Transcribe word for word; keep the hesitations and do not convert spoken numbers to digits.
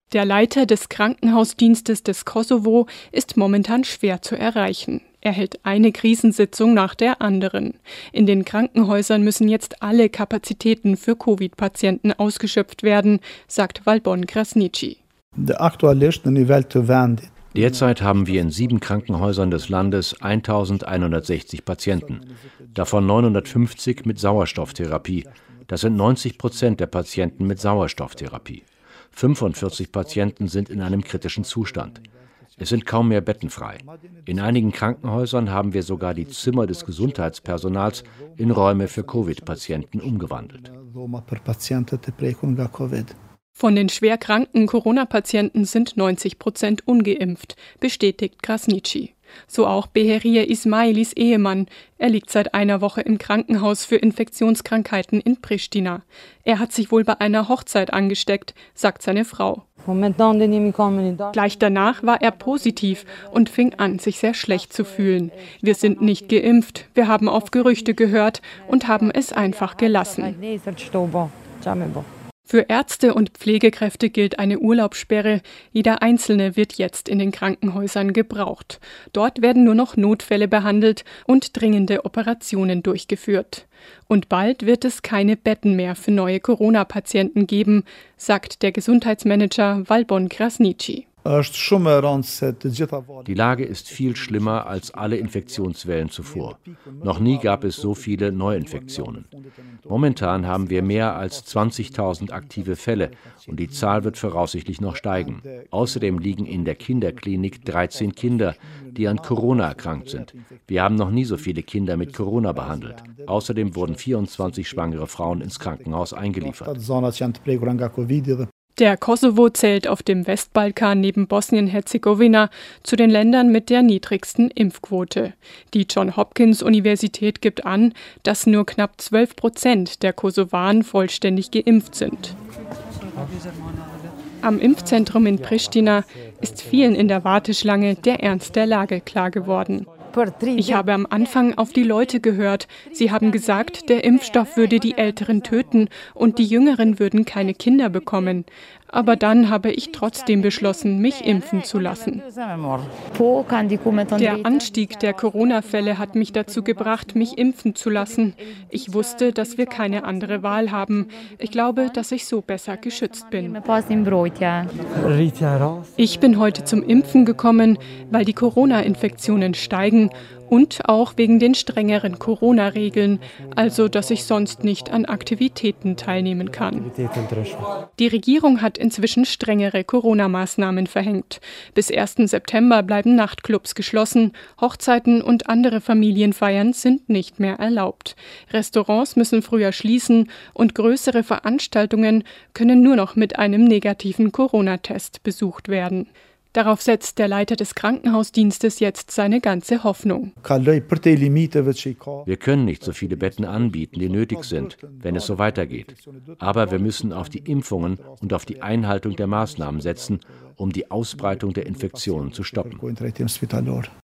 Der Leiter des Krankenhausdienstes des Kosovo ist momentan schwer zu erreichen. Er hält eine Krisensitzung nach der anderen. In den Krankenhäusern müssen jetzt alle Kapazitäten für Covid-Patienten ausgeschöpft werden, sagt Valbon Krasniqi. Derzeit haben wir in sieben Krankenhäusern des Landes eintausendeinhundertsechzig Patienten, davon neunhundertfünfzig mit Sauerstofftherapie. Das sind neunzig Prozent der Patienten mit Sauerstofftherapie. fünfundvierzig Patienten sind in einem kritischen Zustand. Es sind kaum mehr Betten frei. In einigen Krankenhäusern haben wir sogar die Zimmer des Gesundheitspersonals in Räume für Covid-Patienten umgewandelt. Von den schwer kranken Corona-Patienten sind neunzig Prozent ungeimpft, bestätigt Krasniqi. So auch Beherie Ismailis Ehemann. Er liegt seit einer Woche im Krankenhaus für Infektionskrankheiten in Pristina. Er hat sich wohl bei einer Hochzeit angesteckt, sagt seine Frau. Gleich danach war er positiv und fing an, sich sehr schlecht zu fühlen. Wir sind nicht geimpft, wir haben auf Gerüchte gehört und haben es einfach gelassen. Für Ärzte und Pflegekräfte gilt eine Urlaubssperre. Jeder Einzelne wird jetzt in den Krankenhäusern gebraucht. Dort werden nur noch Notfälle behandelt und dringende Operationen durchgeführt. Und bald wird es keine Betten mehr für neue Corona-Patienten geben, sagt der Gesundheitsmanager Valbon Krasniqi. Die Lage ist viel schlimmer als alle Infektionswellen zuvor. Noch nie gab es so viele Neuinfektionen. Momentan haben wir mehr als zwanzigtausend aktive Fälle und die Zahl wird voraussichtlich noch steigen. Außerdem liegen in der Kinderklinik dreizehn Kinder, die an Corona erkrankt sind. Wir haben noch nie so viele Kinder mit Corona behandelt. Außerdem wurden vierundzwanzig schwangere Frauen ins Krankenhaus eingeliefert. Der Kosovo zählt auf dem Westbalkan neben Bosnien-Herzegowina zu den Ländern mit der niedrigsten Impfquote. Die Johns-Hopkins-Universität gibt an, dass nur knapp zwölf Prozent der Kosovaren vollständig geimpft sind. Am Impfzentrum in Pristina ist vielen in der Warteschlange der Ernst der Lage klar geworden. Ich habe am Anfang auf die Leute gehört. Sie haben gesagt, der Impfstoff würde die Älteren töten und die Jüngeren würden keine Kinder bekommen. Aber dann habe ich trotzdem beschlossen, mich impfen zu lassen. Der Anstieg der Corona-Fälle hat mich dazu gebracht, mich impfen zu lassen. Ich wusste, dass wir keine andere Wahl haben. Ich glaube, dass ich so besser geschützt bin. Ich bin heute zum Impfen gekommen, weil die Corona-Infektionen steigen und auch wegen den strengeren Corona-Regeln, also dass ich sonst nicht an Aktivitäten teilnehmen kann. Die Regierung hat inzwischen strengere Corona-Maßnahmen verhängt. Bis ersten September bleiben Nachtclubs geschlossen, Hochzeiten und andere Familienfeiern sind nicht mehr erlaubt. Restaurants müssen früher schließen und größere Veranstaltungen können nur noch mit einem negativen Corona-Test besucht werden. Darauf setzt der Leiter des Krankenhausdienstes jetzt seine ganze Hoffnung. Wir können nicht so viele Betten anbieten, die nötig sind, wenn es so weitergeht. Aber wir müssen auf die Impfungen und auf die Einhaltung der Maßnahmen setzen, um die Ausbreitung der Infektionen zu stoppen.